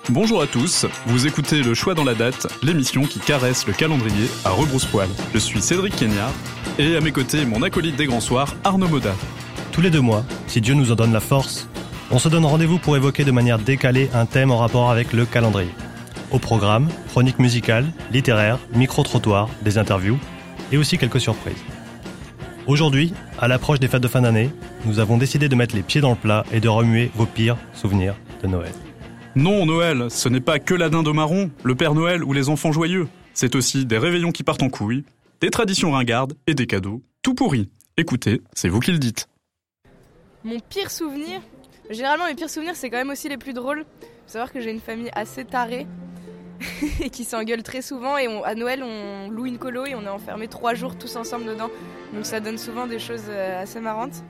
Bonjour à tous, vous écoutez Le Choix dans la date, l'émission qui caresse le calendrier à rebrousse-poil. Je suis Cédric Kéniard et à mes côtés mon acolyte des grands soirs, Arnaud Moda. Tous les 2 mois, si Dieu nous en donne la force, on se donne rendez-vous pour évoquer de manière décalée un thème en rapport avec le calendrier. Au programme, chroniques musicales, littéraires, micro-trottoirs, des interviews et aussi quelques surprises. Aujourd'hui, à l'approche des fêtes de fin d'année, nous avons décidé de mettre les pieds dans le plat et de remuer vos pires souvenirs de Noël. Non, Noël, ce n'est pas que la dinde au marron, le Père Noël ou les enfants joyeux. C'est aussi des réveillons qui partent en couille, des traditions ringardes et des cadeaux, tout pourris. Écoutez, c'est vous qui le dites. Mon pire souvenir, généralement mes pires souvenirs c'est quand même aussi les plus drôles. Faut savoir que j'ai une famille assez tarée et qui s'engueule très souvent et à Noël on loue une colo et on est enfermés 3 jours tous ensemble dedans. Donc ça donne souvent des choses assez marrantes.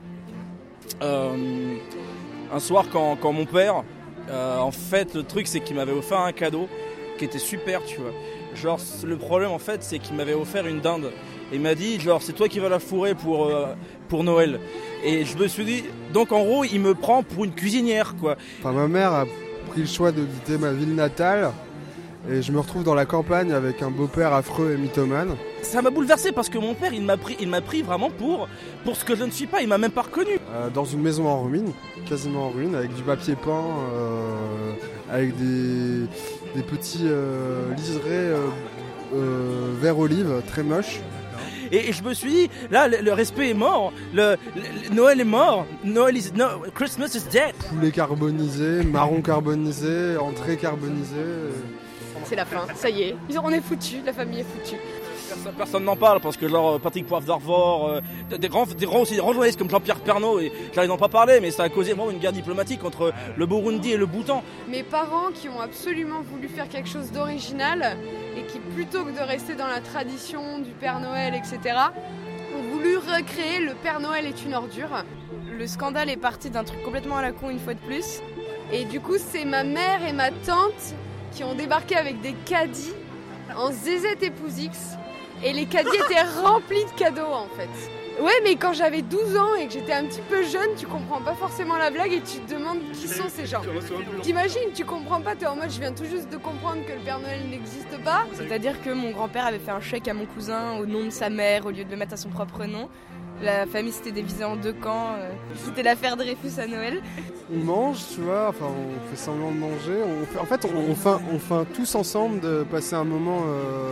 Un soir quand mon père, en fait le truc c'est qu'il m'avait offert un cadeau qui était super, tu vois. Genre le problème en fait c'est qu'il m'avait offert une dinde. Et il m'a dit genre c'est toi qui vas la fourrer pour Noël. Et je me suis dit, donc en gros il me prend pour une cuisinière quoi. Enfin, ma mère a pris le choix de quitter ma ville natale et je me retrouve dans la campagne avec un beau-père affreux et mythomane. Ça m'a bouleversé parce que mon père il m'a pris vraiment pour ce que je ne suis pas, il m'a même pas reconnu. Dans une maison en ruine, quasiment en ruine, avec du papier peint, avec des petits liserés vert olive très moches. Et je me suis dit, là, le respect est mort, Noël est mort, Christmas is dead. Poulet carbonisé, marron carbonisé, entrée carbonisée. C'est la fin, ça y est, on est foutus, la famille est foutue. Personne n'en parle parce que genre Patrick Poivre d'Arvor, des grands journalistes comme Jean-Pierre Pernaut, et j'arrive d'en pas parler, mais ça a causé vraiment une guerre diplomatique entre le Burundi et le Bhoutan. Mes parents qui ont absolument voulu faire quelque chose d'original et qui plutôt que de rester dans la tradition du Père Noël, etc., ont voulu recréer le Père Noël est une ordure. Le scandale est parti d'un truc complètement à la con une fois de plus. Et du coup c'est ma mère et ma tante qui ont débarqué avec des caddies en zézette épouse X. Et les caddies étaient remplis de cadeaux en fait. Ouais, mais quand j'avais 12 ans et que j'étais un petit peu jeune, tu comprends pas forcément la blague et tu te demandes qui sont ces gens. T'imagines, tu comprends pas, t'es en mode je viens tout juste de comprendre que le Père Noël n'existe pas. C'est-à-dire que mon grand-père avait fait un chèque à mon cousin au nom de sa mère au lieu de le mettre à son propre nom. La famille s'était divisée en 2 camps. C'était l'affaire Dreyfus à Noël. On mange, tu vois, enfin on fait semblant de manger. On feint tous ensemble de passer un moment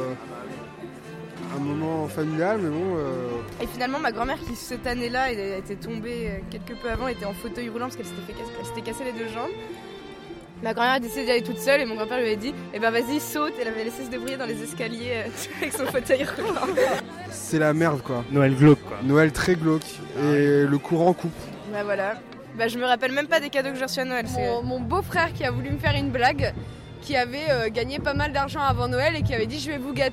familial, mais bon... Et finalement, ma grand-mère qui cette année-là était tombée quelque peu avant, était en fauteuil roulant parce qu'elle s'était cassé les 2 jambes. Ma grand-mère a décidé d'y aller toute seule et mon grand-père lui avait dit « Eh ben vas-y, saute !» Elle avait laissé se débrouiller dans les escaliers avec son fauteuil roulant. C'est la merde quoi. Noël glauque quoi. Noël très glauque et le courant coupe. Bah voilà. Bah je me rappelle même pas des cadeaux que j'ai reçus à Noël. Mon beau-frère qui a voulu me faire une blague, qui avait gagné pas mal d'argent avant Noël et qui avait dit « Je vais vous gâter ».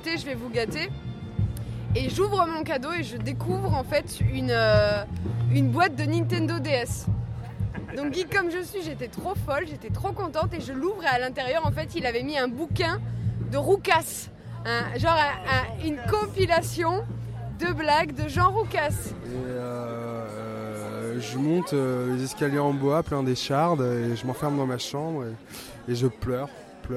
Et j'ouvre mon cadeau et je découvre en fait une boîte de Nintendo DS. Donc geek comme je suis, j'étais trop folle, j'étais trop contente et je l'ouvre et à l'intérieur en fait il avait mis un bouquin de Roucas. Une compilation de blagues de Jean Roucas. Et je monte les escaliers en bois plein d'échardes et je m'enferme dans ma chambre et je pleure.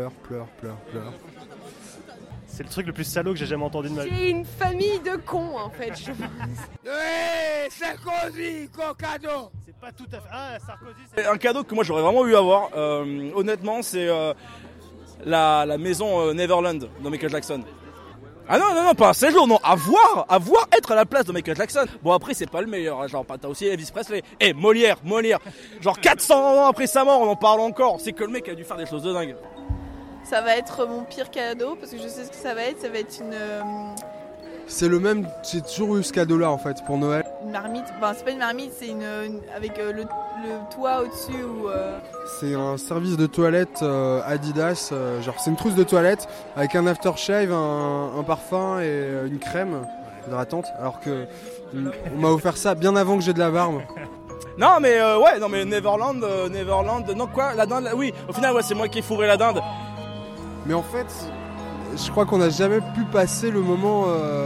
C'est le truc le plus salaud que j'ai jamais entendu de ma vie. J'ai une famille de cons en fait, je pense. Sarkozy, cadeau. C'est pas tout à fait... Ah, Sarkozy, c'est... Un cadeau que moi j'aurais vraiment eu à avoir, honnêtement, c'est la maison Neverland de Michael Jackson. Ah non, pas un séjour, non, à voir être à la place de Michael Jackson. Bon après c'est pas le meilleur, genre t'as aussi Elvis Presley. Molière. Genre 400 ans après sa mort, on en parle encore. C'est que le mec a dû faire des choses de dingue. Ça va être mon pire cadeau parce que je sais ce que ça va être une... C'est le même, j'ai toujours eu ce cadeau-là en fait pour Noël. Une marmite, enfin c'est pas une marmite, c'est avec le toit au-dessus ou... C'est un service de toilette Adidas, genre c'est une trousse de toilette avec un aftershave, un parfum et une crème hydratante, alors que on m'a offert ça bien avant que j'ai de la barbe. Non mais Neverland, non quoi, la dinde, oui, au final ouais, c'est moi qui ai fourré la dinde. Mais en fait, je crois qu'on n'a jamais pu passer le moment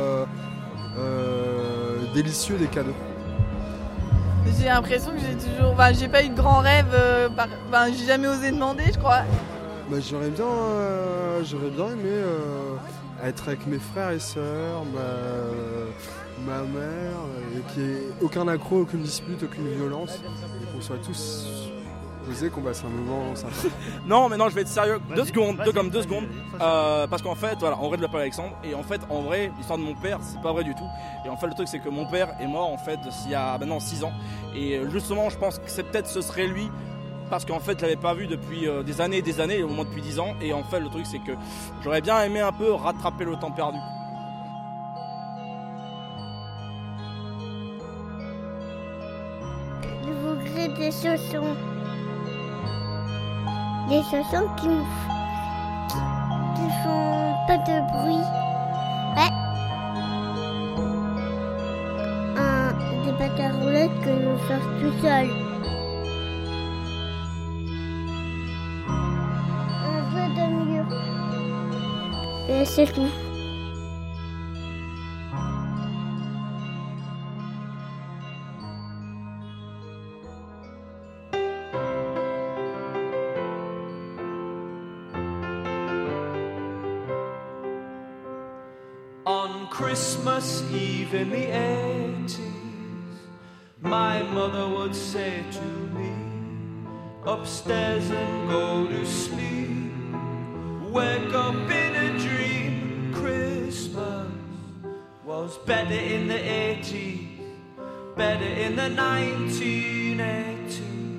délicieux des cadeaux. J'ai l'impression que j'ai toujours... j'ai pas eu de grand rêve, j'ai jamais osé demander, je crois. Bah, j'aurais bien aimé être avec mes frères et sœurs, ma mère, et qu'il n'y ait aucun accroc, aucune dispute, aucune violence, et qu'on soit tous posés, qu'on passe un moment sympa. Non, mais non, je vais être sérieux. 2 secondes. Parce qu'en fait, voilà, en vrai, de l'appelle Alexandre. Et en fait, en vrai, l'histoire de mon père, c'est pas vrai du tout. Et en fait, le truc, c'est que mon père est mort, en fait, il y a maintenant 6 ans. Et justement, je pense que ce serait lui. Parce qu'en fait, je l'avais pas vu depuis des années, au moins depuis 10 ans. Et en fait, le truc, c'est que j'aurais bien aimé un peu rattraper le temps perdu. Je voudrais des chaussons. Des chaussons qui font pas de bruit. Ouais. Des pâtes à roulettes que je sors tout seul. Un peu de mur. Et c'est tout. On Christmas Eve in the 80s, my mother would say to me, upstairs and go to sleep, wake up in a dream. Christmas was better in the 80s, better in the 1980s.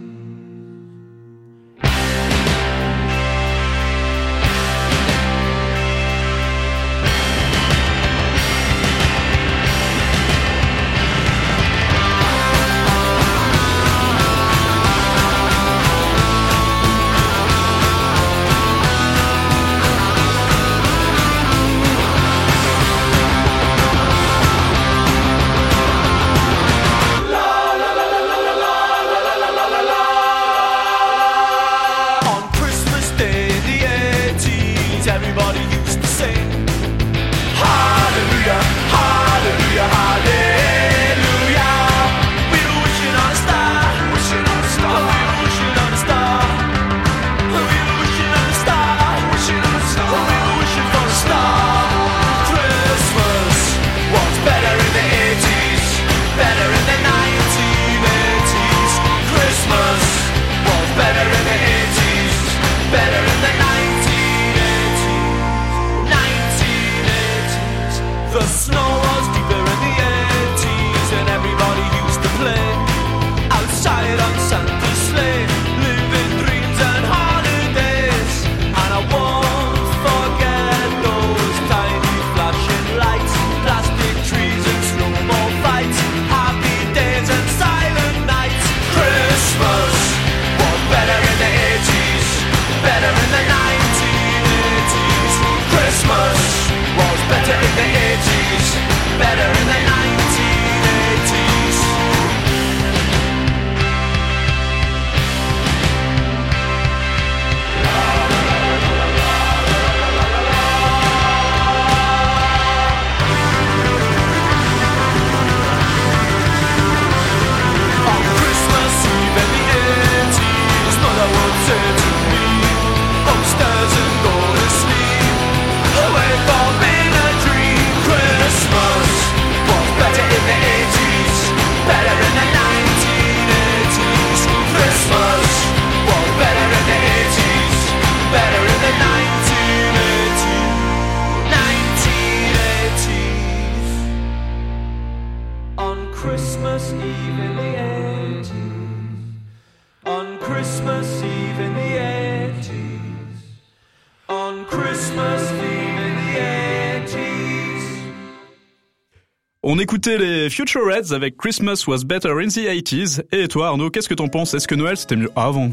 On écoutait les Future Reds avec Christmas was better in the 80s. Et toi Arnaud, qu'est-ce que t'en penses? Est-ce que Noël c'était mieux avant?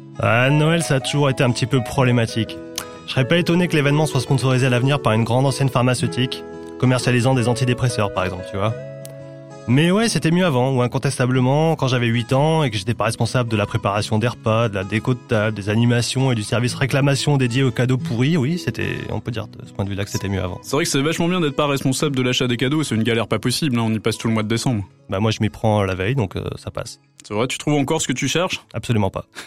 Noël ça a toujours été un petit peu problématique. Je serais pas étonné que l'événement soit sponsorisé à l'avenir par une grande ancienne pharmaceutique, commercialisant des antidépresseurs par exemple, tu vois. Mais ouais, c'était mieux avant, ou incontestablement, quand j'avais 8 ans et que j'étais pas responsable de la préparation des repas, de la déco de table, des animations et du service réclamation dédié aux cadeaux pourris, oui, on peut dire de ce point de vue-là que c'était mieux avant. C'est vrai que c'est vachement bien d'être pas responsable de l'achat des cadeaux, c'est une galère pas possible, hein, on y passe tout le mois de décembre. Bah moi je m'y prends la veille, donc ça passe. C'est vrai, tu trouves encore ce que tu cherches? Absolument pas.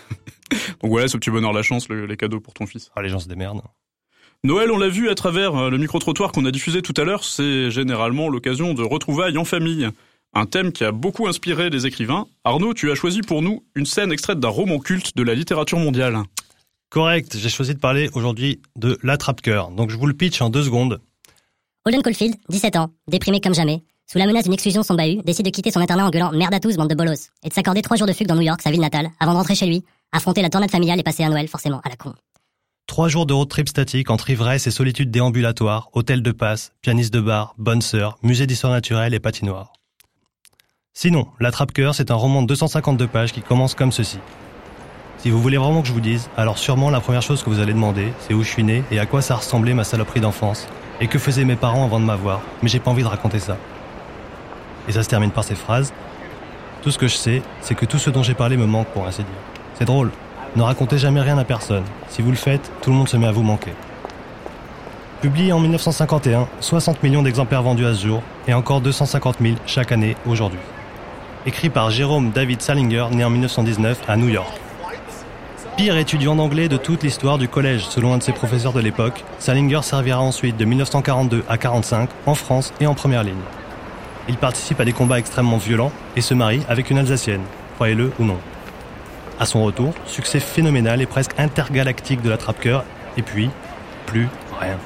Donc voilà, ce petit bonheur la chance, les cadeaux pour ton fils. Ah, les gens se démerdent. Noël, on l'a vu à travers le micro-trottoir qu'on a diffusé tout à l'heure, c'est généralement l'occasion de retrouvailles en famille. Un thème qui a beaucoup inspiré les écrivains. Arnaud, tu as choisi pour nous une scène extraite d'un roman culte de la littérature mondiale. Correct, j'ai choisi de parler aujourd'hui de l'attrape-cœur. Donc je vous le pitch en 2 secondes. Holden Caulfield, 17 ans, déprimé comme jamais, sous la menace d'une exclusion de son bahut, décide de quitter son internat en gueulant « Merde à tous, bande de bolos !» et de s'accorder 3 jours de fugue dans New York, sa ville natale, avant de rentrer chez lui, affronter la tornade familiale et passer un Noël forcément à la con. 3 jours de road trip statique entre ivresse et solitude déambulatoire, hôtel de passe, pianiste de bar, bonne sœur, musée d'histoire naturelle et patinoire. Sinon, l'attrape-cœur, c'est un roman de 252 pages qui commence comme ceci. Si vous voulez vraiment que je vous dise, alors sûrement la première chose que vous allez demander, c'est où je suis né et à quoi ça ressemblait ma saloperie d'enfance, et que faisaient mes parents avant de m'avoir, mais j'ai pas envie de raconter ça. Et ça se termine par ces phrases. Tout ce que je sais, c'est que tout ce dont j'ai parlé me manque, pour ainsi dire. C'est drôle. Ne racontez jamais rien à personne. Si vous le faites, tout le monde se met à vous manquer. Publié en 1951, 60 millions d'exemplaires vendus à ce jour, et encore 250 000 chaque année aujourd'hui. Écrit par Jérôme David Salinger, né en 1919 à New York. Pire étudiant d'anglais de toute l'histoire du collège, selon un de ses professeurs de l'époque, Salinger servira ensuite de 1942 à 1945 en France et en première ligne. Il participe à des combats extrêmement violents et se marie avec une Alsacienne, croyez-le ou non. À son retour, succès phénoménal et presque intergalactique de l'attrape-cœur, et puis, plus rien.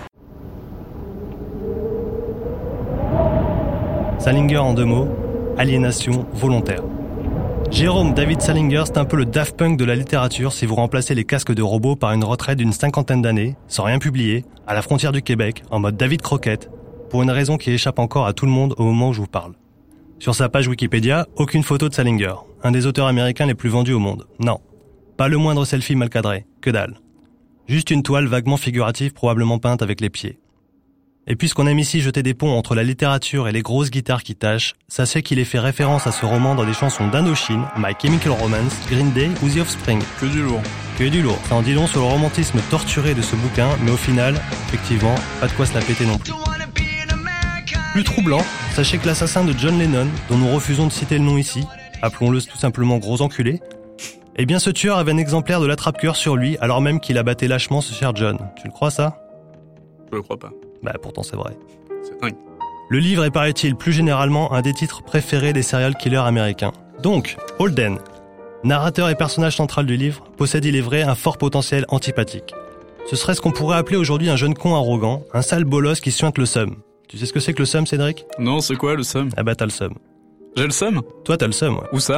Salinger en 2 mots, aliénation volontaire. Jérôme David Salinger, c'est un peu le Daft Punk de la littérature si vous remplacez les casques de robots par une retraite d'une 50aine d'années, sans rien publier, à la frontière du Québec, en mode David Croquette, pour une raison qui échappe encore à tout le monde au moment où je vous parle. Sur sa page Wikipédia, aucune photo de Salinger, un des auteurs américains les plus vendus au monde. Non. Pas le moindre selfie mal cadré, que dalle. Juste une toile vaguement figurative probablement peinte avec les pieds. Et puisqu'on aime ici jeter des ponts entre la littérature et les grosses guitares qui tâchent, sachez qu'il est fait référence à ce roman dans des chansons d'Indochine, My Chemical Romance, Green Day ou The Offspring. Que du lourd. Que du lourd. Ça en dit long sur le romantisme torturé de ce bouquin, mais au final, effectivement, pas de quoi se la péter non plus. Plus troublant, sachez que l'assassin de John Lennon, dont nous refusons de citer le nom ici, appelons-le tout simplement gros enculé, eh bien ce tueur avait un exemplaire de l'attrape-cœur sur lui, alors même qu'il abattait lâchement ce cher John. Tu le crois ça ? Je le crois pas. Bah pourtant c'est vrai. C'est dingue. Le livre est, paraît-il, plus généralement un des titres préférés des serial killers américains. Donc, Holden, narrateur et personnage central du livre, possède, il est vrai, un fort potentiel antipathique. Ce serait ce qu'on pourrait appeler aujourd'hui un jeune con arrogant, un sale bolos qui suinte le seum. Tu sais ce que c'est que le seum, Cédric ? Non, c'est quoi le seum ? Ah bah t'as le seum. J'ai le seum ? Toi t'as le seum, ouais. Où ça ?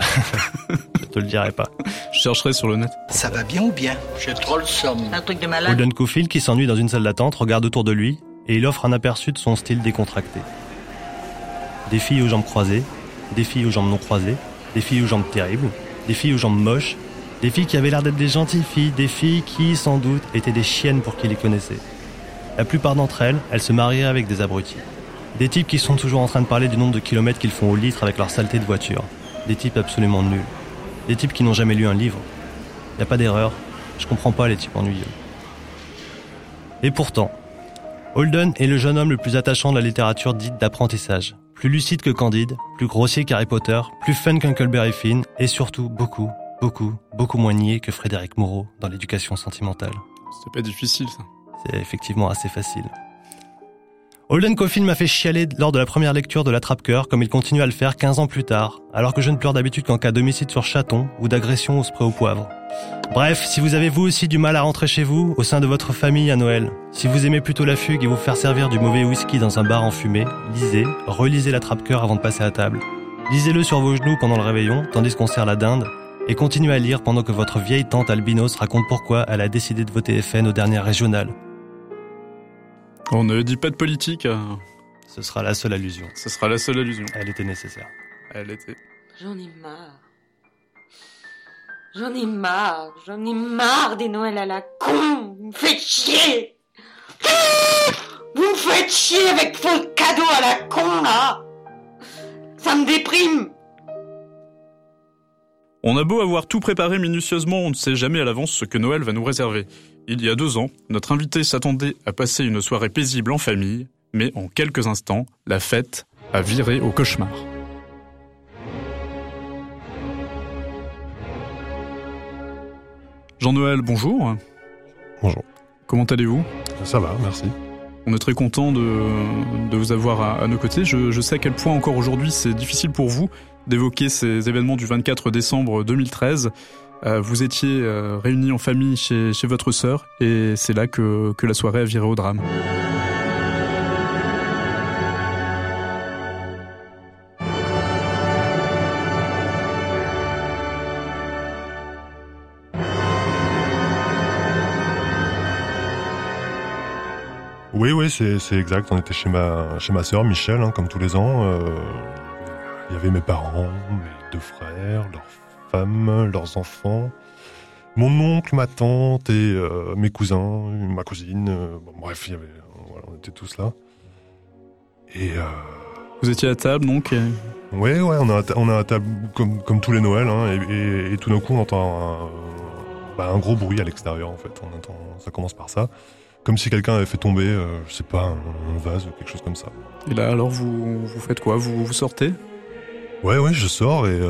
Je te le dirai pas. Je chercherai sur le net. Ça va bien ou bien ? J'ai trop le somme. Un truc de malade. Holden Caulfield, qui s'ennuie dans une salle d'attente, regarde autour de lui et il offre un aperçu de son style décontracté. Des filles aux jambes croisées, des filles aux jambes non croisées, des filles aux jambes terribles, des filles aux jambes moches, des filles qui avaient l'air d'être des gentilles filles, des filles qui, sans doute, étaient des chiennes pour qui les connaissait. La plupart d'entre elles, elles se mariaient avec des abrutis. Des types qui sont toujours en train de parler du nombre de kilomètres qu'ils font au litre avec leur saleté de voiture. Des types absolument nuls. Des types qui n'ont jamais lu un livre. Y a pas d'erreur, je comprends pas les types ennuyeux. Et pourtant, Holden est le jeune homme le plus attachant de la littérature dite d'apprentissage. Plus lucide que Candide, plus grossier qu'Harry Potter, plus fun qu'Huckleberry Finn, et surtout beaucoup moins niais que Frédéric Moreau dans l'éducation sentimentale. C'est pas difficile ça. C'est effectivement assez facile. Holden Caulfield m'a fait chialer lors de la première lecture de l'attrape-cœur, comme il continue à le faire 15 ans plus tard, alors que je ne pleure d'habitude qu'en cas d'homicide sur chaton ou d'agression au spray au poivre. Bref, si vous avez vous aussi du mal à rentrer chez vous, au sein de votre famille à Noël, si vous aimez plutôt la fugue et vous faire servir du mauvais whisky dans un bar enfumé, lisez, relisez l'attrape-cœur avant de passer à table. Lisez-le sur vos genoux pendant le réveillon, tandis qu'on sert la dinde, et continuez à lire pendant que votre vieille tante albinos raconte pourquoi elle a décidé de voter FN aux dernières régionales. On ne dit pas de politique. Ce sera la seule allusion. Ce sera la seule allusion. Elle était nécessaire. Elle était. J'en ai marre. J'en ai marre des Noëls à la con. Vous me faites chier. Vous me faites chier avec vos cadeaux à la con, là. Ça me déprime. On a beau avoir tout préparé minutieusement, on ne sait jamais à l'avance ce que Noël va nous réserver. Il y a 2 ans, notre invité s'attendait à passer une soirée paisible en famille, mais en quelques instants, la fête a viré au cauchemar. Jean-Noël, bonjour. Bonjour. Comment allez-vous ? Ça va, merci. On est très content de vous avoir à nos côtés. Je sais à quel point encore aujourd'hui c'est difficile pour vous d'évoquer ces événements du 24 décembre 2013. Vous étiez réunis en famille chez votre sœur et c'est là que la soirée a viré au drame. Oui, c'est exact. On était chez ma sœur Michel, hein, comme tous les ans. Il y avait mes parents, mes 2 frères, leurs femmes, leurs enfants, mon oncle, ma tante et mes cousins, ma cousine. Bref, il y avait, voilà, on était tous là. Et vous étiez à table, donc Oui, on a à table comme tous les Noëls, hein, et tout d'un coup on entend un gros bruit à l'extérieur en fait. On entend, ça commence par ça. Comme si quelqu'un avait fait tomber, je sais pas, un vase ou quelque chose comme ça. Et là, alors, vous faites quoi ? Vous sortez ? Ouais, je sors et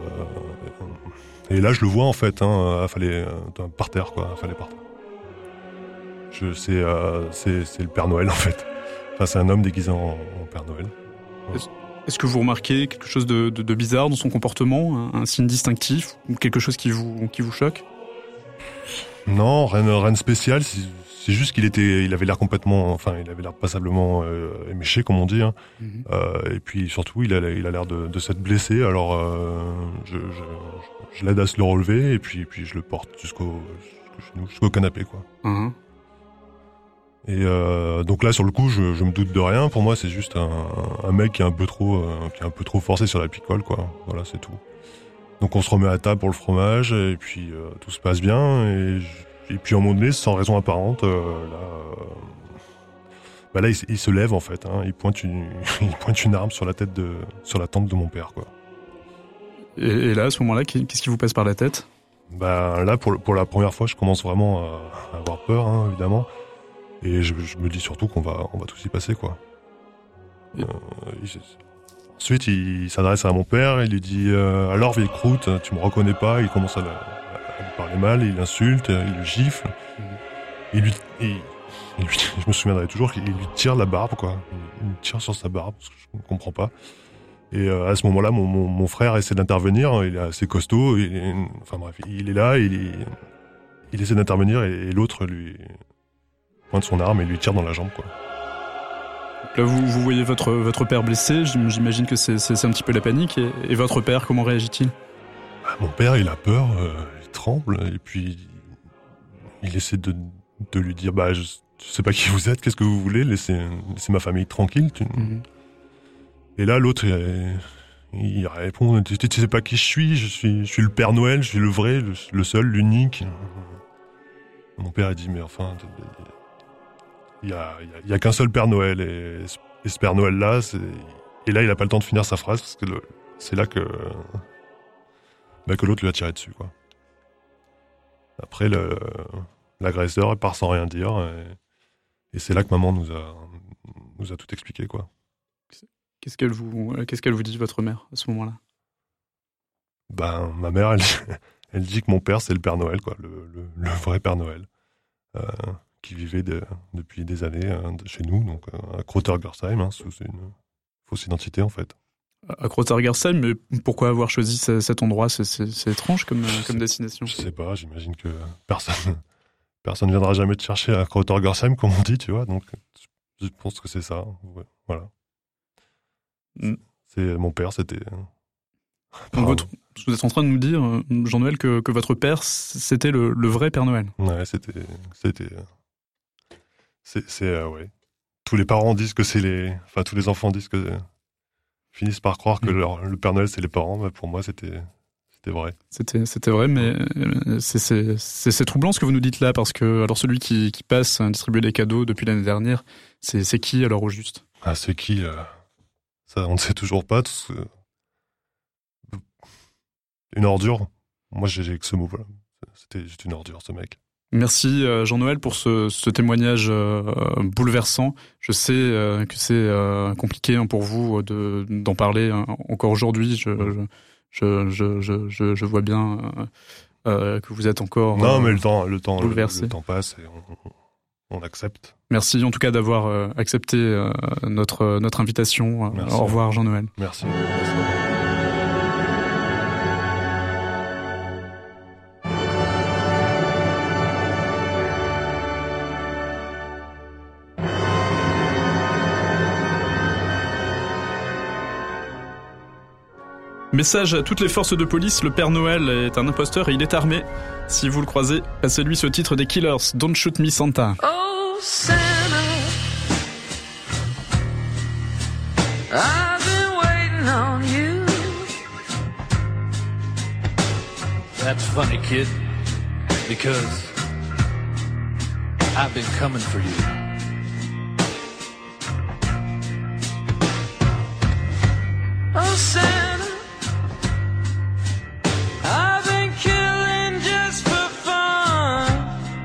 là, je le vois en fait, hein, fallait par terre, quoi, fallait par terre. C'est le Père Noël en fait. Enfin, c'est un homme déguisé en Père Noël. Ouais. Est-ce que vous remarquez quelque chose de bizarre dans son comportement, un signe distinctif ou quelque chose qui vous choque ? Non, rien de spécial. C'est juste qu'il avait l'air complètement, enfin, il avait l'air passablement éméché, comme on dit. Hein. Et puis surtout, il a l'air de s'être blessé. Alors, je l'aide à se le relever et puis je le porte jusqu'au canapé, quoi. Et donc là, sur le coup, je me doute de rien. Pour moi, c'est juste un mec qui est un peu trop forcé sur la picole, quoi. Voilà, c'est tout. Donc on se remet à table pour le fromage et puis tout se passe bien et puis à un moment donné, sans raison apparente, là il se lève en fait, hein, il pointe une arme sur la tempe de mon père, quoi. Et là, à ce moment-là, qu'est-ce qui vous passe par la tête ? Là, pour la première fois, je commence vraiment à avoir peur, hein, évidemment, et je me dis surtout qu'on va tous y passer, quoi. Ensuite, il s'adresse à mon père, il lui dit alors vieille croûte, tu me reconnais pas. Il commence à lui parler mal, il l'insulte, il le gifle. Je me souviendrai toujours qu'il lui tire la barbe, quoi. Il me tire sur sa barbe, parce que je ne comprends pas. Et à ce moment-là, mon frère essaie d'intervenir, il est assez costaud, enfin bref, il est là, il essaie d'intervenir et l'autre lui pointe son arme et lui tire dans la jambe, quoi. Là, vous voyez votre père blessé, j'imagine que c'est un petit peu la panique. Et votre père, comment réagit-il ? Mon père, il a peur, il tremble, et puis il essaie de lui dire je sais pas qui vous êtes, qu'est-ce que vous voulez, laissez ma famille tranquille. Et là, l'autre, il répond, tu sais pas qui je suis le Père Noël, je suis le vrai, le seul, l'unique. Mon père a dit, mais enfin, il y a qu'un seul Père Noël, et ce Père Noël-là, et là, il a pas le temps de finir sa phrase, parce que c'est là que l'autre lui a tiré dessus, quoi. Après, l'agresseur part sans rien dire, et c'est là que maman nous a tout expliqué, quoi. Qu'est-ce qu'elle vous dit, votre mère, à ce moment-là ? Ma mère, elle dit que mon père, c'est le Père Noël, quoi, le vrai Père Noël, qui vivait depuis des années chez nous, donc à Crotter-Gersheim, hein, sous une fausse identité, en fait. À Crotter-Gersheim, mais pourquoi avoir choisi cet endroit ? C'est étrange comme destination. Je sais pas, j'imagine que personne viendra jamais te chercher à Crotter-Gersheim, comme on dit, tu vois, donc je pense que c'est ça, ouais, voilà. C'est mon père, c'était... Donc vous êtes en train de nous dire, Jean-Noël, que votre père, c'était le vrai Père Noël. Ouais, c'était ouais. Tous les parents disent que enfin, tous les enfants disent que finissent par croire que le Père Noël, c'est les parents. Mais pour moi, c'était vrai. C'était vrai, mais c'est troublant ce que vous nous dites là, parce que alors celui qui passe à distribuer des cadeaux depuis l'année dernière, c'est qui alors au juste ? C'est qui ça, on ne sait toujours pas. Une ordure. Moi, j'ai que ce mot-là. C'était juste une ordure, ce mec. Merci Jean-Noël pour ce témoignage bouleversant. Je sais que c'est compliqué pour vous d'en parler encore aujourd'hui. Je vois bien que vous êtes encore Non, mais le temps passe et on accepte. Merci en tout cas d'avoir accepté notre invitation. Au revoir Jean-Noël. Merci. Message à toutes les forces de police, le Père Noël est un imposteur et il est armé. Si vous le croisez, passez-lui ce titre des Killers, Don't Shoot Me Santa. Oh Santa, I've been waiting on you. That's funny, kid, because I've been coming for you. Oh Santa, I've been killing just for fun.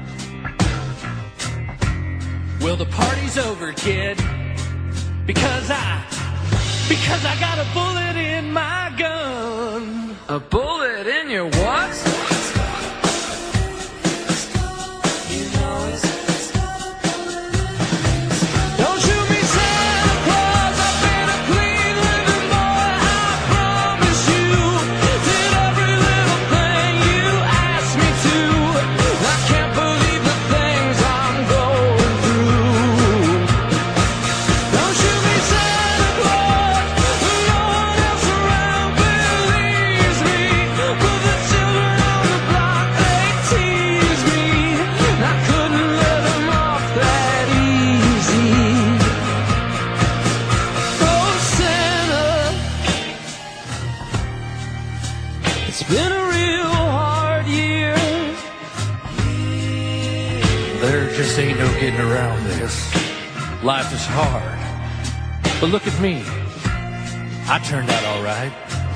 Well, the party's over, kid, because I got a bullet in my gun. A bullet in your what? Ain't no getting around this. Life is hard. But look at me. I turned out all right.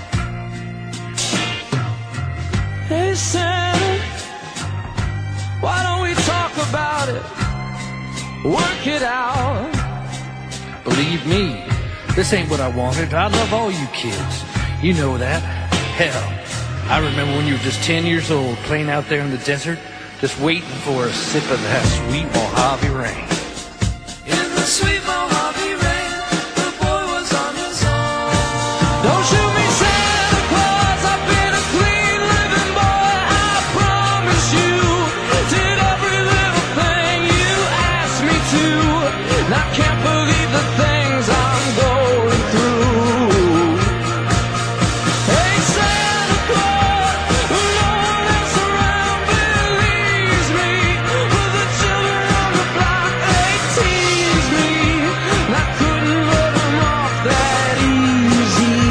Hey Santa, why don't we talk about it? Work it out. Believe me, this ain't what I wanted. I love all you kids. You know that. Hell, I remember when you were just 10 years old playing out there in the desert, just waiting for a sip of that sweet Mojave rain. In the sweet Mojave rain, the boy was on his own. Don't shoot me, Santa Claus, I've been a clean living boy, I promise you. Did every little thing you asked me to. And I can't believe the things I'm going through. Hey Santa Claus, no one else around believes me. But the children on the block, they tease me. And I couldn't let them off that easy.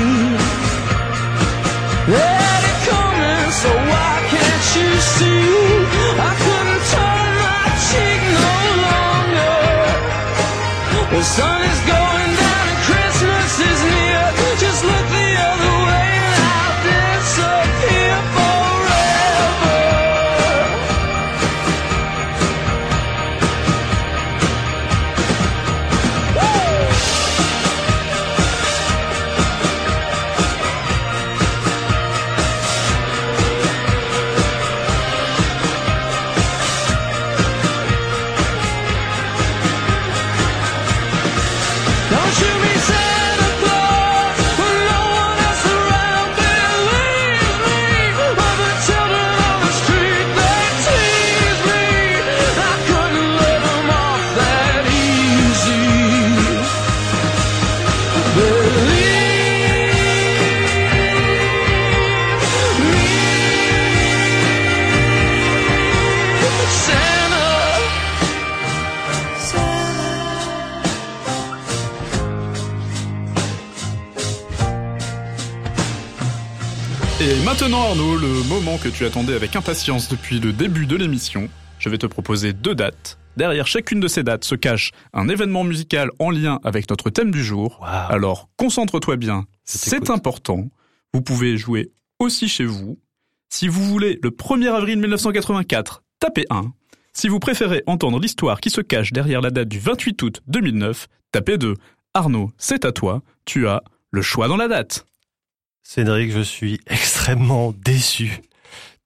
They're coming, so why can't you see? I couldn't turn my cheek no longer. The sun is going down and Christmas is near. Just look the other way and I'll disappear forever. Don't shoot me, Santa Claus, when no one else around believes me. But the children on the street, they tease me. I couldn't let them off that easy. Believe me, Santa. Et maintenant Arnaud, le moment que tu attendais avec impatience depuis le début de l'émission, je vais te proposer 2 dates. Derrière chacune de ces dates se cache un événement musical en lien avec notre thème du jour. Wow. Alors concentre-toi bien, c'est important. Vous pouvez jouer aussi chez vous. Si vous voulez le 1er avril 1984, tapez 1. Si vous préférez entendre l'histoire qui se cache derrière la date du 28 août 2009, tapez 2. Arnaud, c'est à toi, tu as le choix dans la date. Cédric, je suis extrêmement déçu.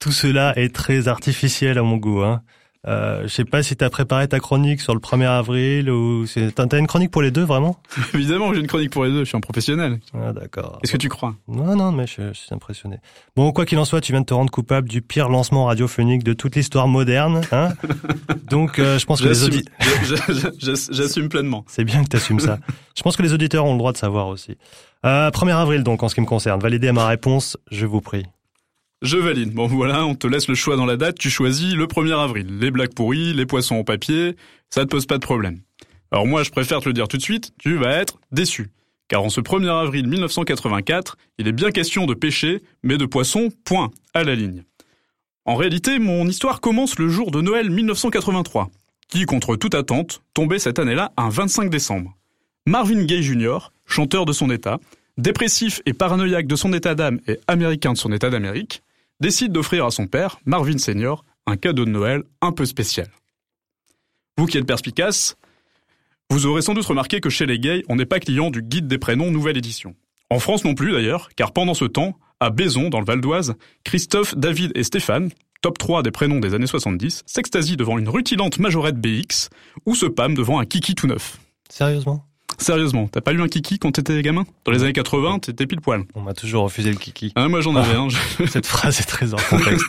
Tout cela est très artificiel à mon goût. Hein. Je sais pas si t'as préparé ta chronique sur le 1er avril ou... T'as une chronique pour les deux, vraiment ? Évidemment que j'ai une chronique pour les deux, je suis un professionnel. Ah, d'accord. Est-ce que tu crois ? Non, mais je suis impressionné. Bon, quoi qu'il en soit, tu viens de te rendre coupable du pire lancement radiophonique de toute l'histoire moderne. Hein. Donc, je pense que les auditeurs... J'assume pleinement. C'est bien que t'assumes ça. Je pense que les auditeurs ont le droit de savoir aussi. 1er avril, donc, en ce qui me concerne. Validez ma réponse, je vous prie. Je valide. Bon voilà, on te laisse le choix dans la date, tu choisis le 1er avril. Les blagues pourries, les poissons en papier, ça te pose pas de problème. Alors moi je préfère te le dire tout de suite, tu vas être déçu. Car en ce 1er avril 1984, il est bien question de pêcher, mais de poissons, point, à la ligne. En réalité, mon histoire commence le jour de Noël 1983, qui, contre toute attente, tombait cette année-là un 25 décembre. Marvin Gaye Jr., chanteur de son état, dépressif et paranoïaque de son état d'âme et américain de son état d'Amérique, décide d'offrir à son père, Marvin Senior, un cadeau de Noël un peu spécial. Vous qui êtes perspicace, vous aurez sans doute remarqué que chez les Gays, on n'est pas client du guide des prénoms nouvelle édition. En France non plus d'ailleurs, car pendant ce temps, à Baison, dans le Val d'Oise, Christophe, David et Stéphane, top 3 des prénoms des années 70, s'extasient devant une rutilante majorette BX ou se pâment devant un kiki tout neuf. Sérieusement, t'as pas eu un kiki quand t'étais gamin ? Dans les années 80, t'étais pile poil. On m'a toujours refusé le kiki. Ah, moi j'en avais un. Cette phrase est très hors contexte.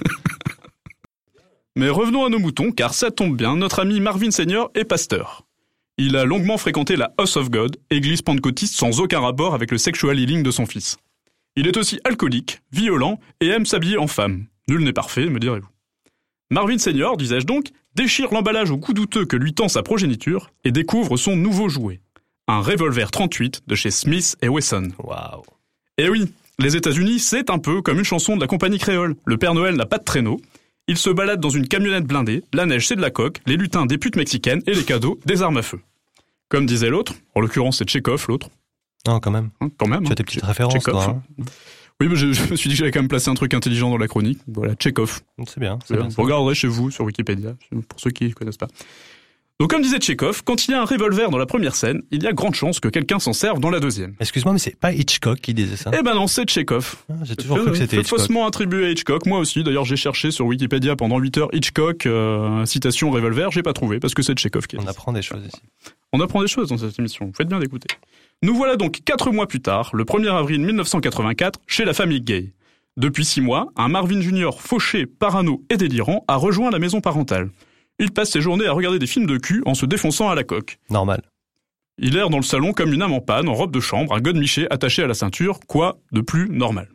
Mais revenons à nos moutons, car ça tombe bien, notre ami Marvin Senior est pasteur. Il a longuement fréquenté la House of God, église pentecôtiste sans aucun rapport avec le sexual healing de son fils. Il est aussi alcoolique, violent et aime s'habiller en femme. Nul n'est parfait, me direz-vous. Marvin Senior, disais-je donc, déchire l'emballage au goût douteux que lui tend sa progéniture et découvre son nouveau jouet. Un revolver 38 de chez Smith & Wesson. Waouh. Et oui, les États-Unis, c'est un peu comme une chanson de la compagnie créole. Le Père Noël n'a pas de traîneau. Il se balade dans une camionnette blindée, la neige c'est de la coque, les lutins des putes mexicaines et les cadeaux des armes à feu. Comme disait l'autre, en l'occurrence c'est Tchekhov l'autre. Non, quand même. Quand même. Tu as tes petites références, Tchekhov, toi. Hein. Oui, mais je me suis dit que j'allais quand même placer un truc intelligent dans la chronique. Voilà, Tchekhov. C'est bien. Vous regarderez chez vous sur Wikipédia, pour ceux qui ne connaissent pas. Donc comme disait Tchekhov, quand il y a un revolver dans la première scène, il y a grande chance que quelqu'un s'en serve dans la deuxième. Excuse-moi, mais c'est pas Hitchcock qui disait ça ? Eh ben non, c'est Tchekhov. J'ai toujours cru que c'était Hitchcock. Faussement attribué à Hitchcock, moi aussi. D'ailleurs, j'ai cherché sur Wikipédia pendant 8 heures Hitchcock, citation revolver, j'ai pas trouvé, parce que c'est Tchekhov qui a dit. On apprend des choses ici. On apprend des choses dans cette émission, vous faites bien d'écouter. Nous voilà donc 4 mois plus tard, le 1er avril 1984, chez la famille Gay. Depuis 6 mois, un Marvin Jr. fauché, parano et délirant a rejoint la maison parentale. Il passe ses journées à regarder des films de cul en se défonçant à la coque. Normal. Il erre dans le salon comme une âme en panne, en robe de chambre, un godemiché attaché à la ceinture, quoi de plus normal.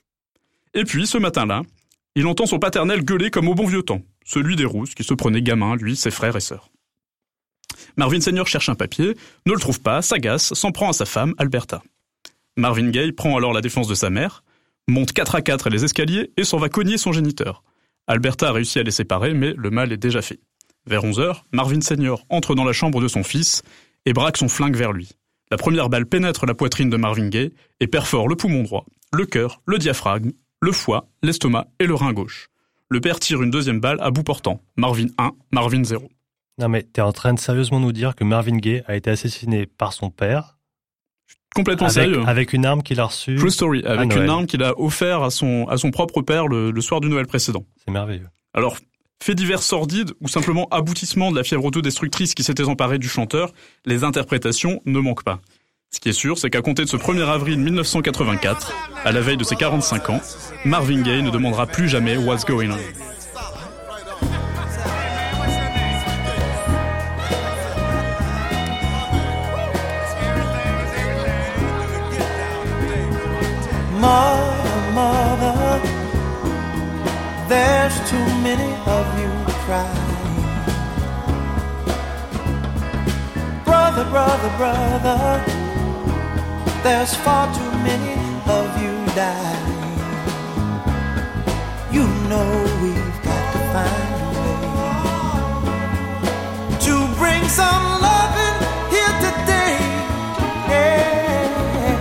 Et puis, ce matin-là, il entend son paternel gueuler comme au bon vieux temps, celui des rousses qui se prenait gamin, lui, ses frères et sœurs. Marvin Senior cherche un papier, ne le trouve pas, s'agace, s'en prend à sa femme, Alberta. Marvin Gaye prend alors la défense de sa mère, monte 4 à 4 les escaliers et s'en va cogner son géniteur. Alberta a réussi à les séparer, mais le mal est déjà fait. Vers 11h, Marvin Senior entre dans la chambre de son fils et braque son flingue vers lui. La première balle pénètre la poitrine de Marvin Gaye et perfore le poumon droit, le cœur, le diaphragme, le foie, l'estomac et le rein gauche. Le père tire une deuxième balle à bout portant. Marvin 1, Marvin 0. Non mais t'es en train de sérieusement nous dire que Marvin Gaye a été assassiné par son père. Complètement sérieux. Avec une arme qu'il a reçue. True story. Avec une arme qu'il a offert à son propre père le soir du Noël précédent. C'est merveilleux. Alors, fait divers sordides ou simplement aboutissement de la fièvre autodestructrice qui s'était emparée du chanteur, les interprétations ne manquent pas. Ce qui est sûr, c'est qu'à compter de ce 1er avril 1984, à la veille de ses 45 ans, Marvin Gaye ne demandera plus jamais What's Going On. Mother, there's too many of you crying. Brother, brother, brother, there's far too many of you dying. You know we've got to find a way to bring some loving here today. Yeah.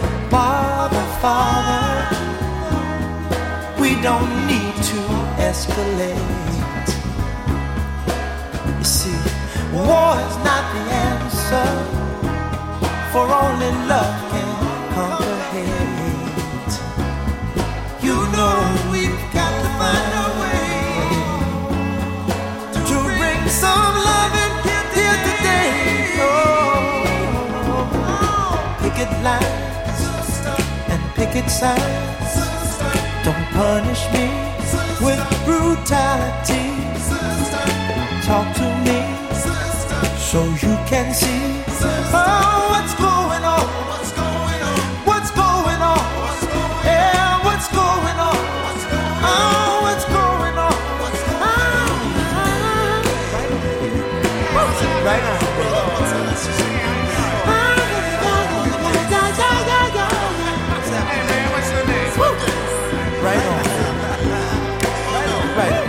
Father, we don't need to escalate. You see, war is not the answer, for only love can conquer hate. You know we've got to find a way picket lines and picket signs. Don't punish me with brutality. Talk to me so you can see what's going on. What's going on? Yeah, what's going on? Oh, what's going on? Right on. Right on. Right on.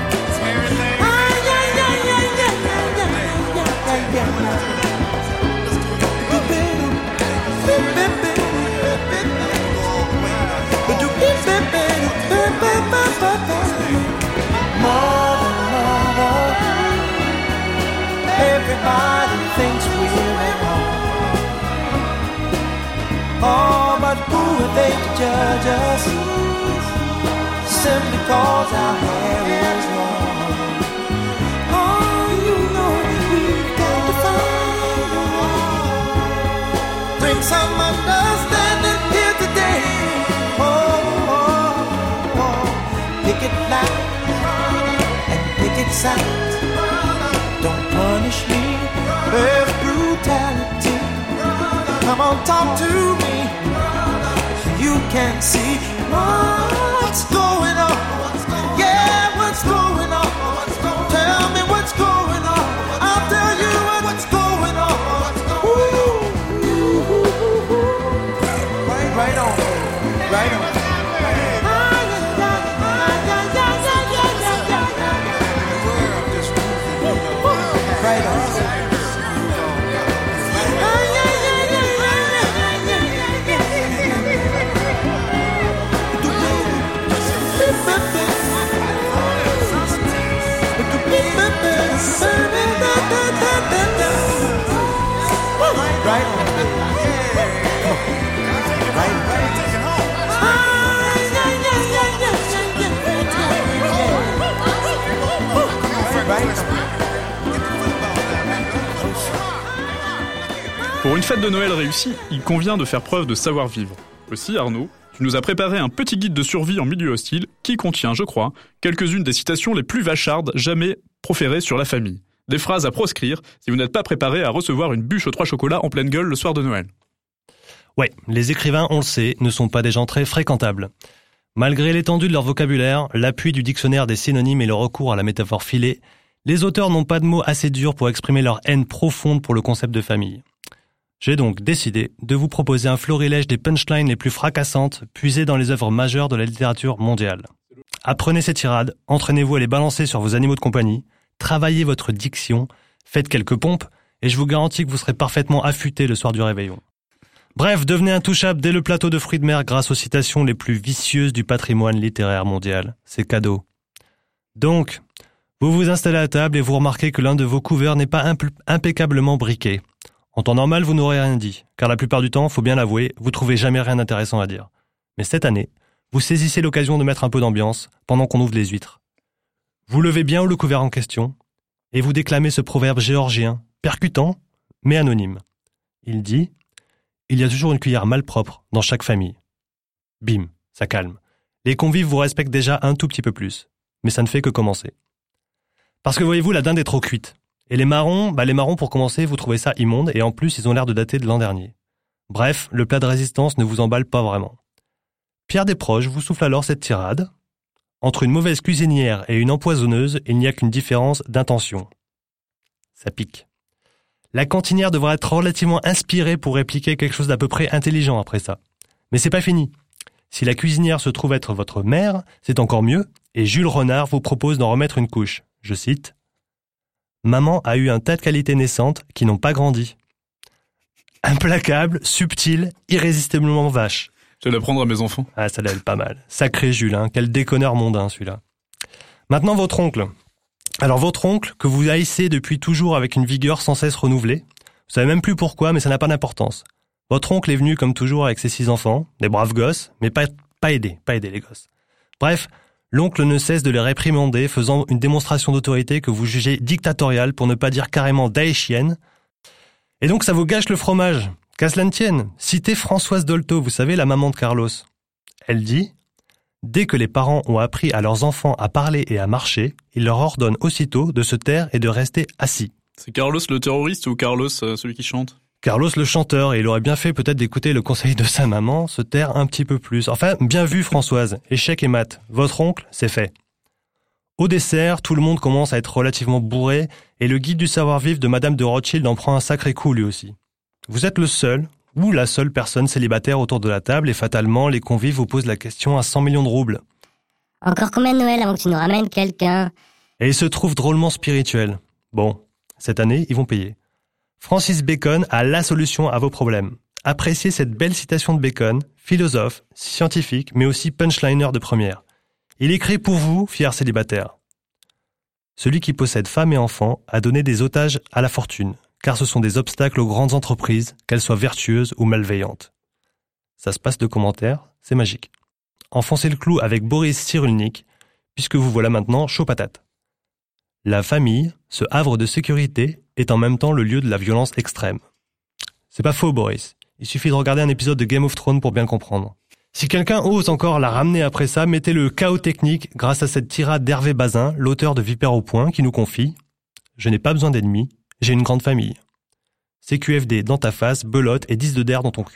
Everybody thinks we're at home. Oh, but who are they to judge us? Simply cause our hair is long. Oh, you know we've got to find. Bring some understanding here today. Picket line and picket signs. Don't punish me with brutality. Come on, talk to me so you can see what's going on. Yeah, what's going on? Tell me what's going on. I'll tell you what's going on. Right on, right on. Pour une fête de Noël réussie, il convient de faire preuve de savoir-vivre. Aussi, Arnaud, tu nous as préparé un petit guide de survie en milieu hostile qui contient, je crois, quelques-unes des citations les plus vachardes jamais proférées sur la famille. Des phrases à proscrire si vous n'êtes pas préparé à recevoir une bûche aux 3 chocolats en pleine gueule le soir de Noël. Ouais, les écrivains, on le sait, ne sont pas des gens très fréquentables. Malgré l'étendue de leur vocabulaire, l'appui du dictionnaire des synonymes et le recours à la métaphore filée, les auteurs n'ont pas de mots assez durs pour exprimer leur haine profonde pour le concept de famille. J'ai donc décidé de vous proposer un florilège des punchlines les plus fracassantes puisées dans les œuvres majeures de la littérature mondiale. Apprenez ces tirades, entraînez-vous à les balancer sur vos animaux de compagnie, travaillez votre diction, faites quelques pompes, et je vous garantis que vous serez parfaitement affûté le soir du réveillon. Bref, devenez intouchable dès le plateau de fruits de mer grâce aux citations les plus vicieuses du patrimoine littéraire mondial. C'est cadeau. Donc, vous vous installez à table et vous remarquez que l'un de vos couverts n'est pas impeccablement briqué. En temps normal, vous n'aurez rien dit, car la plupart du temps, faut bien l'avouer, vous trouvez jamais rien d'intéressant à dire. Mais cette année, vous saisissez l'occasion de mettre un peu d'ambiance pendant qu'on ouvre les huîtres. Vous levez bien haut le couvert en question, et vous déclamez ce proverbe géorgien, percutant, mais anonyme. Il dit « Il y a toujours une cuillère malpropre dans chaque famille. » Bim, ça calme. Les convives vous respectent déjà un tout petit peu plus, mais ça ne fait que commencer. Parce que voyez-vous, la dinde est trop cuite. Et les marrons, pour commencer, vous trouvez ça immonde, et en plus, ils ont l'air de dater de l'an dernier. Bref, le plat de résistance ne vous emballe pas vraiment. Pierre Desproges vous souffle alors cette tirade. Entre une mauvaise cuisinière et une empoisonneuse, il n'y a qu'une différence d'intention. Ça pique. La cantinière devra être relativement inspirée pour répliquer quelque chose d'à peu près intelligent après ça. Mais c'est pas fini. Si la cuisinière se trouve être votre mère, c'est encore mieux, et Jules Renard vous propose d'en remettre une couche. Je cite « Maman a eu un tas de qualités naissantes qui n'ont pas grandi. Implacable, subtil, irrésistiblement vache. » Je vais l'apprendre à mes enfants. Ah, ça l'aide pas mal. Sacré Jules, hein. Quel déconneur mondain, celui-là. Maintenant, votre oncle. Alors, votre oncle, que vous haïssez depuis toujours avec une vigueur sans cesse renouvelée. Vous savez même plus pourquoi, mais ça n'a pas d'importance. Votre oncle est venu, comme toujours, avec ses 6 enfants, des braves gosses, mais pas aidés les gosses. Bref, l'oncle ne cesse de les réprimander, faisant une démonstration d'autorité que vous jugez dictatoriale, pour ne pas dire carrément daéchienne. Et donc, ça vous gâche le fromage, Qu'à cela ne tienne, citez Françoise Dolto, vous savez, la maman de Carlos. Elle dit « Dès que les parents ont appris à leurs enfants à parler et à marcher, ils leur ordonnent aussitôt de se taire et de rester assis. » C'est Carlos le terroriste ou Carlos celui qui chante ? Carlos le chanteur, et il aurait bien fait peut-être d'écouter le conseil de sa maman, se taire un petit peu plus. Enfin, bien vu Françoise, échec et mat. Votre oncle, c'est fait. Au dessert, tout le monde commence à être relativement bourré, et le guide du savoir-vivre de Madame de Rothschild en prend un sacré coup lui aussi. Vous êtes le seul, ou la seule personne célibataire autour de la table, et fatalement, les convives vous posent la question à 100 millions de roubles. Encore combien de Noël avant que tu nous ramènes quelqu'un ? Et ils se trouvent drôlement spirituels. Bon, cette année, ils vont payer. Francis Bacon a la solution à vos problèmes. Appréciez cette belle citation de Bacon, philosophe, scientifique, mais aussi punchliner de première. Il écrit pour vous, fiers célibataires. Celui qui possède femme et enfants a donné des otages à la fortune, car ce sont des obstacles aux grandes entreprises, qu'elles soient vertueuses ou malveillantes. Ça se passe de commentaires, c'est magique. Enfoncez le clou avec Boris Cyrulnik, puisque vous voilà maintenant chaud patate. La famille, ce havre de sécurité, est en même temps le lieu de la violence extrême. C'est pas faux, Boris. Il suffit de regarder un épisode de Game of Thrones pour bien le comprendre. Si quelqu'un ose encore la ramener après ça, mettez le chaos technique grâce à cette tirade d'Hervé Bazin, l'auteur de Vipère au point, qui nous confie « Je n'ai pas besoin d'ennemis, j'ai une grande famille. CQFD dans ta face, belote et 10 de der dans ton cul. »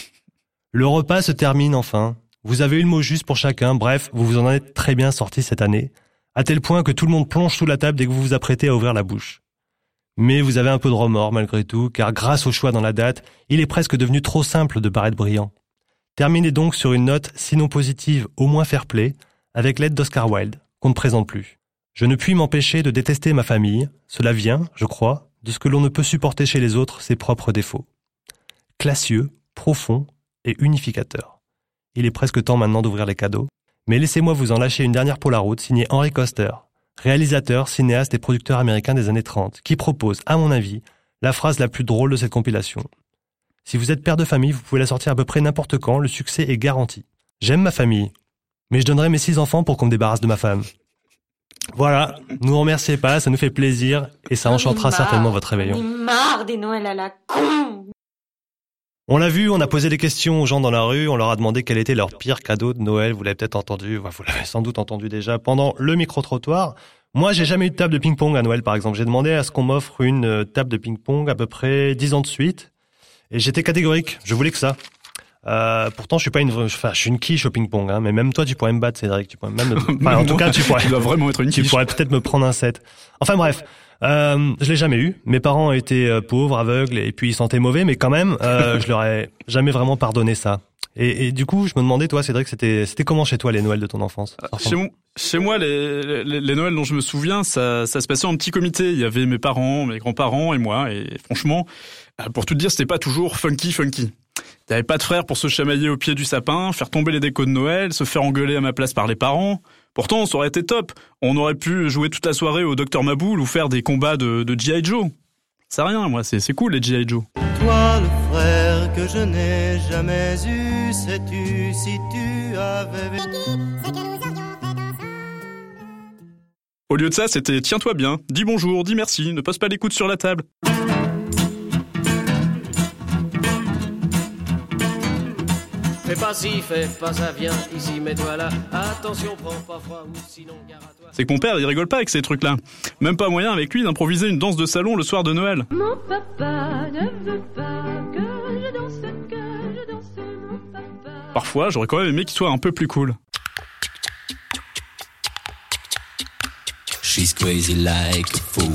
Le repas se termine enfin. Vous avez eu le mot juste pour chacun, bref, vous vous en êtes très bien sortis cette année, à tel point que tout le monde plonge sous la table dès que vous vous apprêtez à ouvrir la bouche. Mais vous avez un peu de remords malgré tout, car grâce au choix dans la date, il est presque devenu trop simple de paraître brillant. Terminez donc sur une note, sinon positive, au moins fair-play, avec l'aide d'Oscar Wilde, qu'on ne présente plus. Je ne puis m'empêcher de détester ma famille, cela vient, je crois, de ce que l'on ne peut supporter chez les autres, ses propres défauts. Classieux, profond et unificateur. Il est presque temps maintenant d'ouvrir les cadeaux, mais laissez-moi vous en lâcher une dernière pour la route, signée Henry Koster, réalisateur, cinéaste et producteur américain des années 30, qui propose, à mon avis, la phrase la plus drôle de cette compilation. Si vous êtes père de famille, vous pouvez la sortir à peu près n'importe quand, le succès est garanti. J'aime ma famille, mais je donnerai mes 6 enfants pour qu'on me débarrasse de ma femme. Voilà, nous remerciez pas, ça nous fait plaisir, et ça enchantera certainement votre réveillon. J'en ai marre des Noëls à la con. On l'a vu, on a posé des questions aux gens dans la rue, on leur a demandé quel était leur pire cadeau de Noël, vous l'avez peut-être entendu, vous l'avez sans doute entendu déjà pendant le micro-trottoir. Moi, j'ai jamais eu de table de ping-pong à Noël, par exemple. J'ai demandé à ce qu'on m'offre une table de ping-pong à peu près 10 ans de suite, et j'étais catégorique, je voulais que ça. Pourtant, je suis une quiche au ping-pong, hein, mais même toi, tu pourrais me battre, Cédric, tu pourrais même en tout cas, tu dois vraiment être une quiche. Tu pourrais peut-être me prendre un set. Enfin bref. Je l'ai jamais eu. Mes parents étaient pauvres, aveugles, et puis ils sentaient mauvais, mais quand même, je leur ai jamais vraiment pardonné ça. Et du coup, je me demandais, toi, Cédric, c'était comment chez toi les Noëls de ton enfance ? Chez moi, les Noëls dont je me souviens, ça se passait en petit comité. Il y avait mes parents, mes grands-parents et moi. Et franchement, pour tout te dire, c'était pas toujours funky. T'avais pas de frère pour se chamailler au pied du sapin, faire tomber les décos de Noël, se faire engueuler à ma place par les parents. Pourtant, ça aurait été top. On aurait pu jouer toute la soirée au Dr Maboul ou faire des combats de G.I. Joe. C'est rien, moi, c'est cool les G.I. Joe. Toi, le frère que je n'ai jamais eu, sais-tu si tu avais vécu. Au lieu de ça, c'était tiens-toi bien, dis bonjour, dis merci, ne pose pas les coudes sur la table. Fais pas ci, fais pas ça, viens ici, mets-toi là. Attention, prends pas froid ou sinon gare à toi. C'est que mon père, il rigole pas avec ces trucs-là. Même pas moyen avec lui d'improviser une danse de salon le soir de Noël. Mon papa ne veut pas que je danse, mon papa. Parfois, j'aurais quand même aimé qu'il soit un peu plus cool. She's crazy like a fool.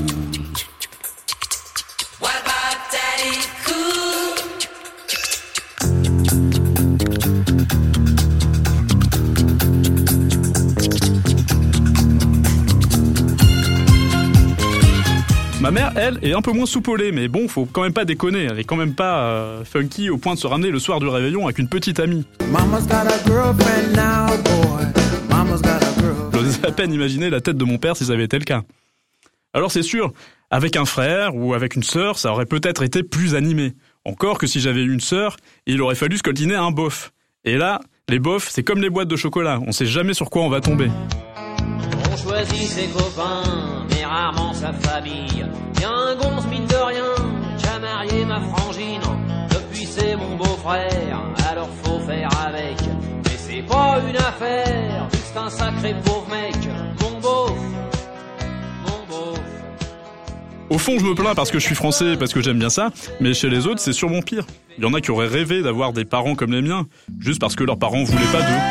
What about Daddy Cool? Ma mère, elle, est un peu moins soupolée, mais bon, faut quand même pas déconner. Elle est quand même pas funky au point de se ramener le soir du réveillon avec une petite amie. J'osais à peine imaginer la tête de mon père si ça avait été le cas. Alors c'est sûr, avec un frère ou avec une sœur, ça aurait peut-être été plus animé. Encore que si j'avais eu une sœur, il aurait fallu scoltiner un bof. Et là, les bofs, c'est comme les boîtes de chocolat, on sait jamais sur quoi on va tomber. On choisit ses copains, mais rarement sa famille. Y'a un gonze mine de rien, qui a marié ma frangine. Depuis c'est mon beau-frère, alors faut faire avec. Mais c'est pas une affaire, juste un sacré pauvre mec, mon beauf, mon beauf. Au fond, je me plains parce que je suis français, parce que j'aime bien ça, mais chez les autres, c'est sûrement pire. Il y en a qui auraient rêvé d'avoir des parents comme les miens, juste parce que leurs parents voulaient pas d'eux.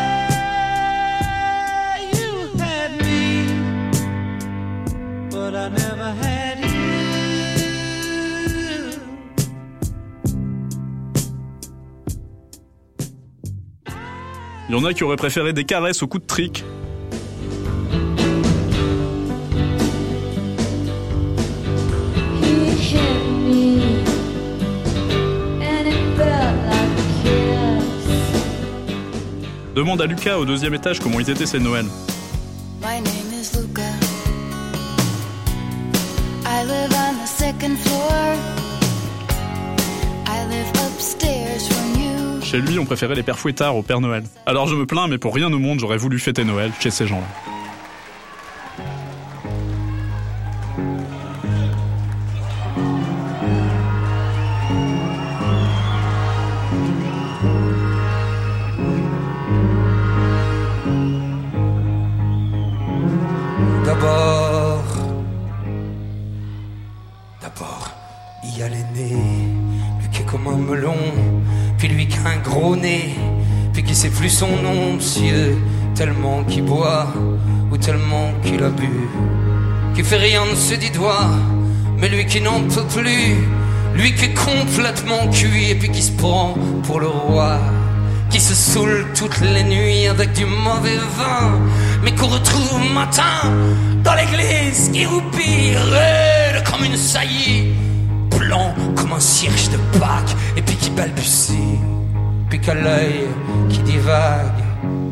Il y en a qui auraient préféré des caresses au coup de trick. Demande à Lucas au 2e étage comment ils étaient ces Noëls. My name is Luca. I live on the 2nd floor. I live upstairs from you. Chez lui, on préférait les pères fouettards au Père Noël. Alors je me plains, mais pour rien au monde, j'aurais voulu fêter Noël chez ces gens-là. D'abord, il y a l'aîné, lui qui est comme un melon, puis lui qui a un gros nez, puis qui sait plus son nom, monsieur, tellement qu'il boit, ou tellement qu'il a bu, qui fait rien de ses 10 doigts, mais lui qui n'en peut plus, lui qui est complètement cuit, et puis qui se prend pour le roi, qui se saoule toutes les nuits avec du mauvais vin, mais qu'on retrouve matin dans l'église, qui roupille, raide comme une saillie, blanc comme un cierge de Pâques, et puis qui balbutie, puis qu'à l'œil qui divague.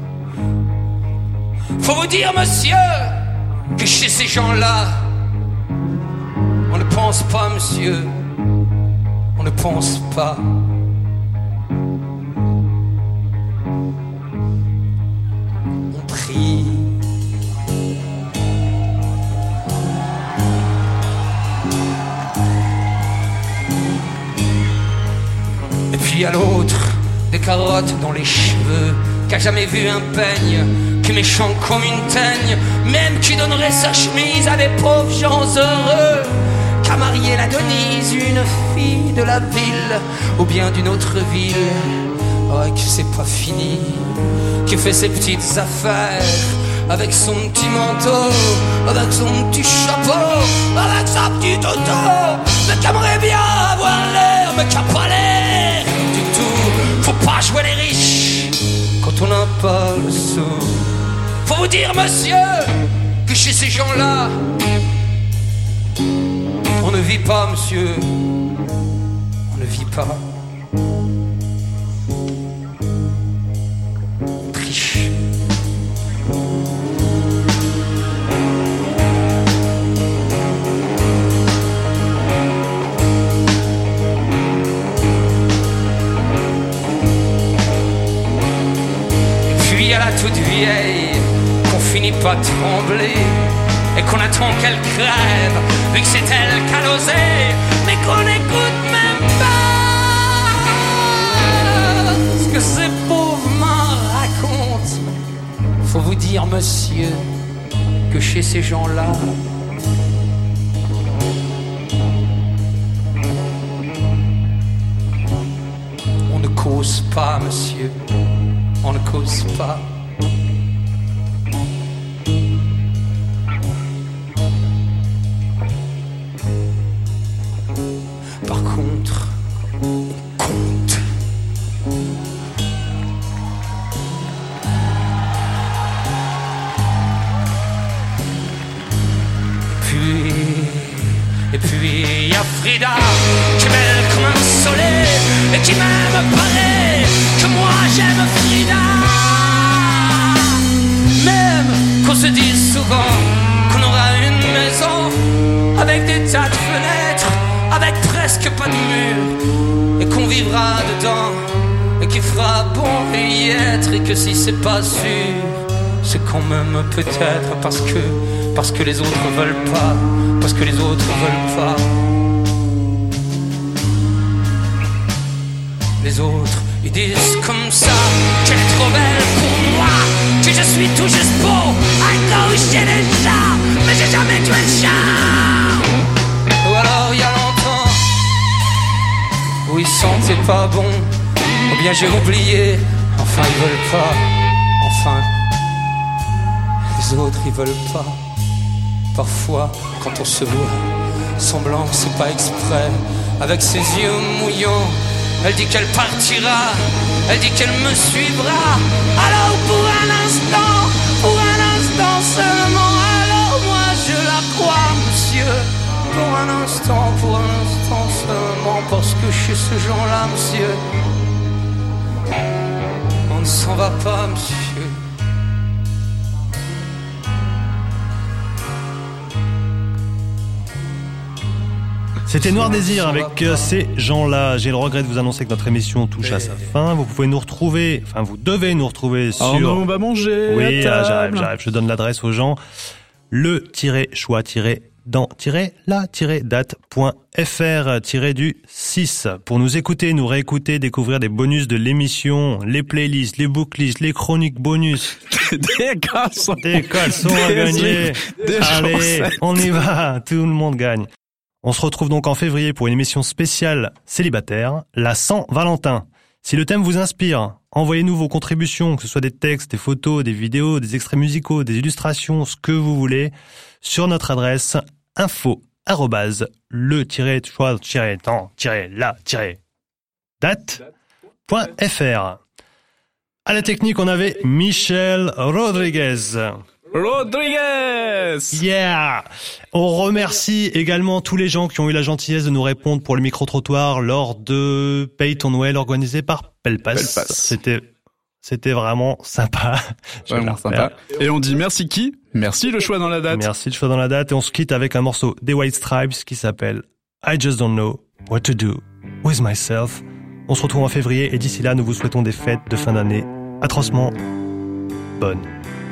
Faut vous dire, monsieur, que chez ces gens-là, on ne pense pas, monsieur, on ne pense pas. On prie. Et puis à l'autre, des carottes dans les cheveux, qui a jamais vu un peigne, qui est méchant comme une teigne, même qui donnerait sa chemise à des pauvres gens heureux, qui a marié la Denise, une fille de la ville, ou bien d'une autre ville, oh, que c'est pas fini, qui fait ses petites affaires, avec son petit manteau, avec son petit chapeau, avec sa petite auto, mais qui aimerait bien avoir l'air, mais qui a pas l'air du tout. Faut pas jouer les riches quand on n'a pas le sou. Faut vous dire, monsieur, que chez ces gens-là, on ne vit pas, monsieur, on ne vit pas. On triche. Puis à la toute vieille, qu'on finit pas trembler, et qu'on attend qu'elle crève, vu que c'est elle qui a osé, mais qu'on n'écoute même pas ce que ces pauvres mains racontent. Faut vous dire, monsieur, que chez ces gens-là, on ne cause pas, monsieur, on ne cause pas. Par contre, on compte. Et puis, y a Frida, qui est belle comme un soleil, et qui m'aime pareil que moi j'aime Frida. Même qu'on se dise souvent qu'on aura une maison avec des tas de fenêtres, avec presque pas de mur, et qu'on vivra dedans, et qu'il fera bon y être, et que si c'est pas sûr, c'est quand même peut-être parce que les autres veulent pas, parce que les autres veulent pas. Les autres, ils disent comme ça qu'elle est trop belle pour moi, que je suis tout juste beau, à gauche j'ai les chats, mais j'ai jamais tué le chat. Ou alors il y a longtemps, où ils sentaient pas bon, ou bien j'ai oublié, enfin ils veulent pas, enfin, les autres ils veulent pas. Parfois, quand on se voit, semblant que c'est pas exprès, avec ses yeux mouillants, elle dit qu'elle partira, elle dit qu'elle me suivra. Alors pour un instant seulement, alors moi je la crois, monsieur. Pour un instant seulement, parce que chez ce genre-là, monsieur, on ne s'en va pas, monsieur. C'était Noir Désir avec ces gens-là. J'ai le regret de vous annoncer que notre émission touche à sa fin. Vous pouvez nous retrouver, enfin vous devez nous retrouver sur... Alors on va manger. Oui, j'arrive. Je donne l'adresse aux gens. le-choix-dans-date.fr-du-6 pour nous écouter, nous réécouter, découvrir des bonus de l'émission, les playlists, les booklists, les chroniques bonus. Des caleçons à gagner. Allez, on y va. Tout le monde gagne. On se retrouve donc en février pour une émission spéciale célibataire, la Saint-Valentin. Si le thème vous inspire, envoyez-nous vos contributions, que ce soit des textes, des photos, des vidéos, des extraits musicaux, des illustrations, ce que vous voulez, sur notre adresse info@le-choix-dans-la-date.fr. À la technique, on avait Michel Rodriguez. Yeah. On remercie également tous les gens qui ont eu la gentillesse de nous répondre pour le micro-trottoir lors de Paye ton Noël organisé par Pellepass. C'était vraiment sympa. Vraiment sympa. Et on dit merci qui? Merci le choix dans la date. Merci le choix dans la date. Et on se quitte avec un morceau des White Stripes qui s'appelle I Just Don't Know What to Do With Myself. On se retrouve en février et d'ici là, nous vous souhaitons des fêtes de fin d'année atrocement bonnes.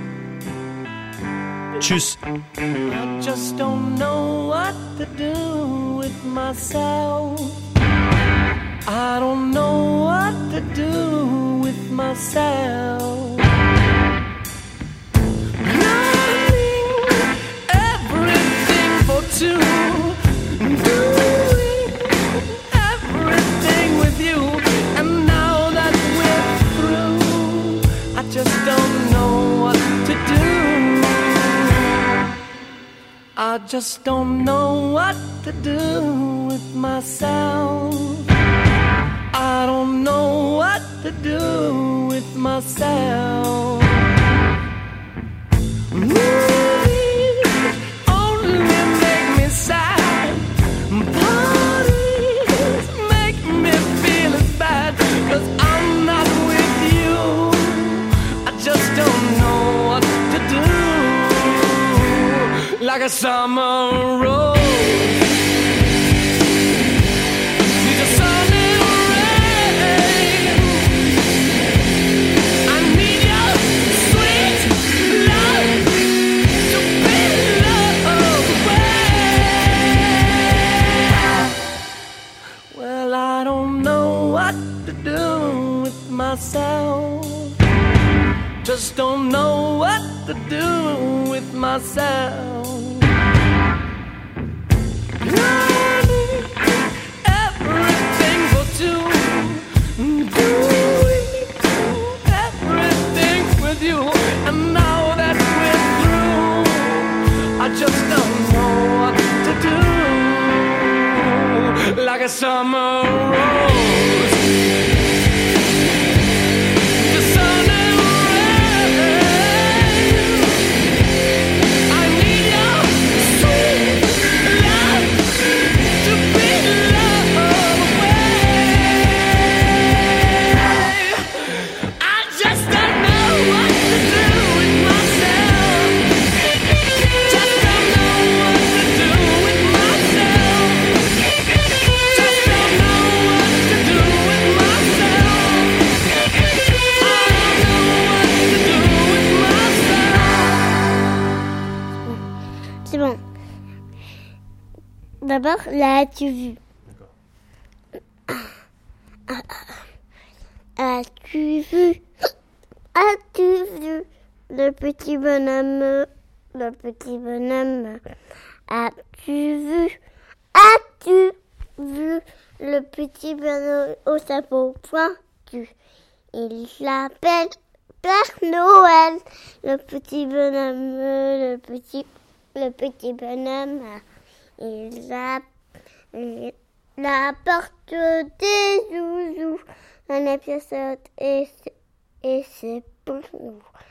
Tchuss. I just don't know what to do with myself. I don't know what to do with myself. Learning everything for two, doing everything with you, and now that we're through, I just don't know what to do. I just don't know what to do with myself. I don't know what to do with myself. Movies only make me sad. Parties make me feel as bad, 'cause I'm not with you. I just don't know what to do. Like a summer rose. Myself, just don't know what to do with myself. Learning everything for two, doing everything with you, and now that we're through, I just don't know what to do. Like a summer rose. D'abord, là, tu vu. As-tu vu le petit bonhomme? Le petit bonhomme. As-tu vu le petit bonhomme au chapeau pointu? Il s'appelle Père Noël. Le petit bonhomme, le petit bonhomme. Il apporte des zouzous dans la pièce haute et c'est pour nous.